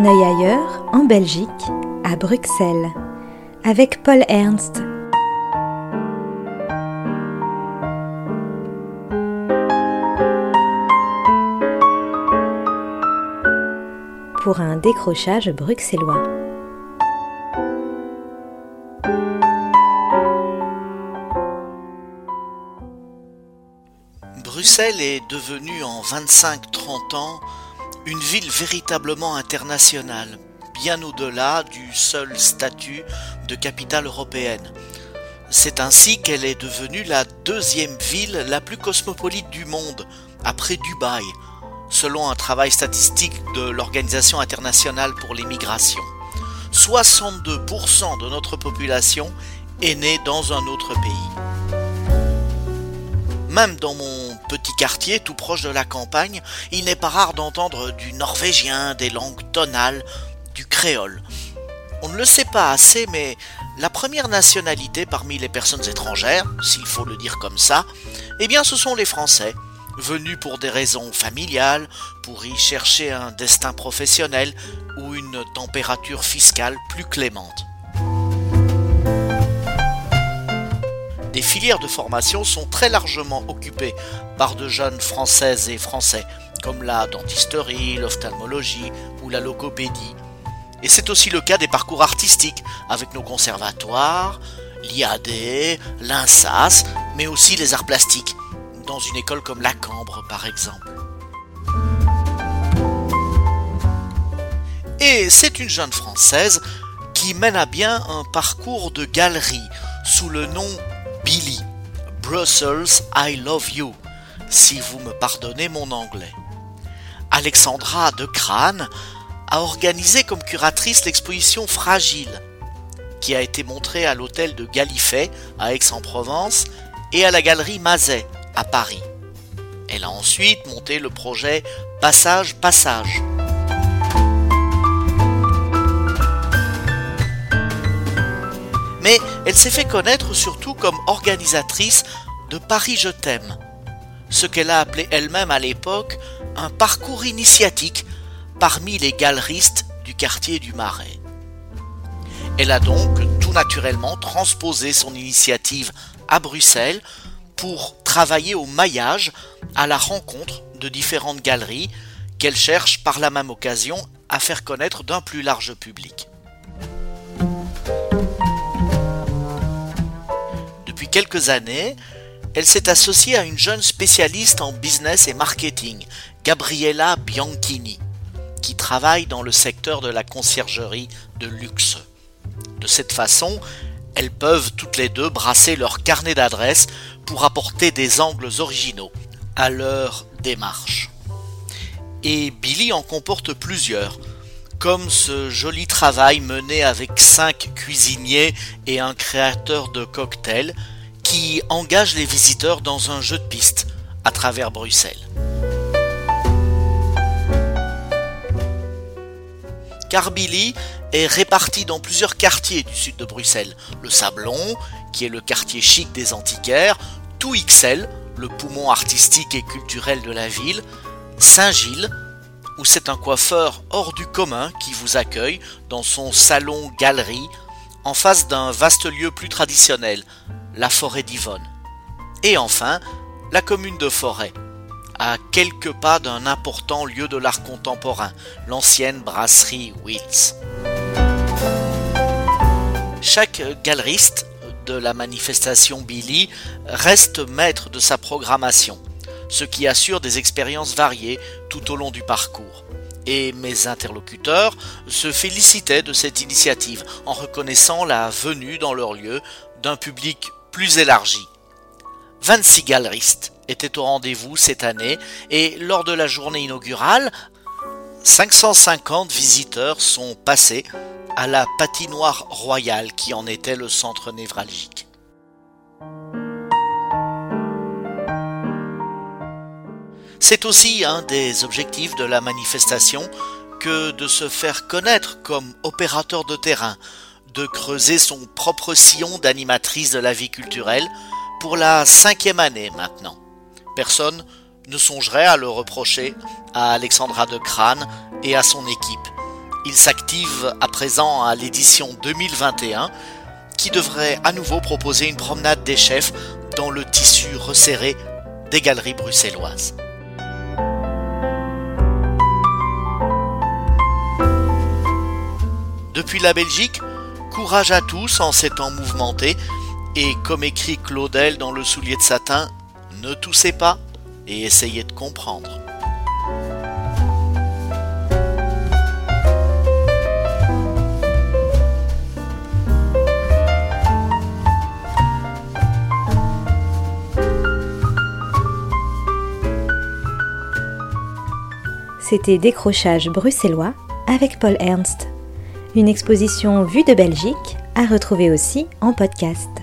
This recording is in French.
un œil ailleurs, en Belgique, à Bruxelles, avec Paul Ernst. Pour un décrochage bruxellois. Bruxelles est devenue en 25-30 ans une ville véritablement internationale, bien au-delà du seul statut de capitale européenne. C'est ainsi qu'elle est devenue la deuxième ville la plus cosmopolite du monde, après Dubaï, selon un travail statistique de l'Organisation internationale pour les migrations. 62% de notre population est née dans un autre pays. Même dans mon petit quartier, tout proche de la campagne, il n'est pas rare d'entendre du norvégien, des langues tonales, du créole. On ne le sait pas assez, mais la première nationalité parmi les personnes étrangères, s'il faut le dire comme ça, eh bien ce sont les Français, venus pour des raisons familiales, pour y chercher un destin professionnel ou une température fiscale plus clémente. Des filières de formation sont très largement occupées par de jeunes Françaises et Français, comme la dentisterie, l'ophtalmologie ou la logopédie. Et c'est aussi le cas des parcours artistiques, avec nos conservatoires, l'IAD, l'INSAS, mais aussi les arts plastiques, dans une école comme la Cambre par exemple. Et c'est une jeune Française qui mène à bien un parcours de galerie sous le nom Billy, Brussels I Love You, si vous me pardonnez mon anglais. Alexandra de Crane a organisé comme curatrice l'exposition Fragile, qui a été montrée à l'hôtel de Gallifet à Aix-en-Provence et à la galerie Mazet à Paris. Elle a ensuite monté le projet Passage. Mais elle s'est fait connaître surtout comme organisatrice de Paris Je t'aime, ce qu'elle a appelé elle-même à l'époque un parcours initiatique parmi les galeristes du quartier du Marais. Elle a donc tout naturellement transposé son initiative à Bruxelles pour travailler au maillage, à la rencontre de différentes galeries qu'elle cherche par la même occasion à faire connaître d'un plus large public. Depuis quelques années, elle s'est associée à une jeune spécialiste en business et marketing, Gabriella Bianchini, qui travaille dans le secteur de la conciergerie de luxe. De cette façon, elles peuvent toutes les deux brasser leur carnet d'adresses pour apporter des angles originaux à leur démarche. Et Billy en comporte plusieurs, comme ce joli travail mené avec 5 cuisiniers et un créateur de cocktails qui engage les visiteurs dans un jeu de piste à travers Bruxelles. Car Billy est réparti dans plusieurs quartiers du sud de Bruxelles. Le Sablon, qui est le quartier chic des antiquaires, Tout XL, le poumon artistique et culturel de la ville, Saint-Gilles, où c'est un coiffeur hors du commun qui vous accueille dans son salon-galerie, en face d'un vaste lieu plus traditionnel, la forêt d'Yvonne. Et enfin, la commune de Forêt, à quelques pas d'un important lieu de l'art contemporain, l'ancienne brasserie Wills. Chaque galeriste de la manifestation Billy reste maître de sa programmation, ce qui assure des expériences variées tout au long du parcours. Et mes interlocuteurs se félicitaient de cette initiative en reconnaissant la venue dans leur lieu d'un public plus élargi. 26 galeristes étaient au rendez-vous cette année et lors de la journée inaugurale, 550 visiteurs sont passés à la patinoire royale qui en était le centre névralgique. C'est aussi un des objectifs de la manifestation que de se faire connaître comme opérateur de terrain, de creuser son propre sillon d'animatrice de la vie culturelle pour la 5e année maintenant. Personne ne songerait à le reprocher à Alexandra de Crane et à son équipe, Il s'active à présent à l'édition 2021 qui devrait à nouveau proposer une promenade des chefs dans le tissu resserré des galeries bruxelloises. Depuis la Belgique, courage à tous en ces temps mouvementés et comme écrit Claudel dans Le Soulier de Satin, ne toussez pas et essayez de comprendre. C'était Décrochage bruxellois avec Paul Ernst. Une exposition vue de Belgique à retrouver aussi en podcast.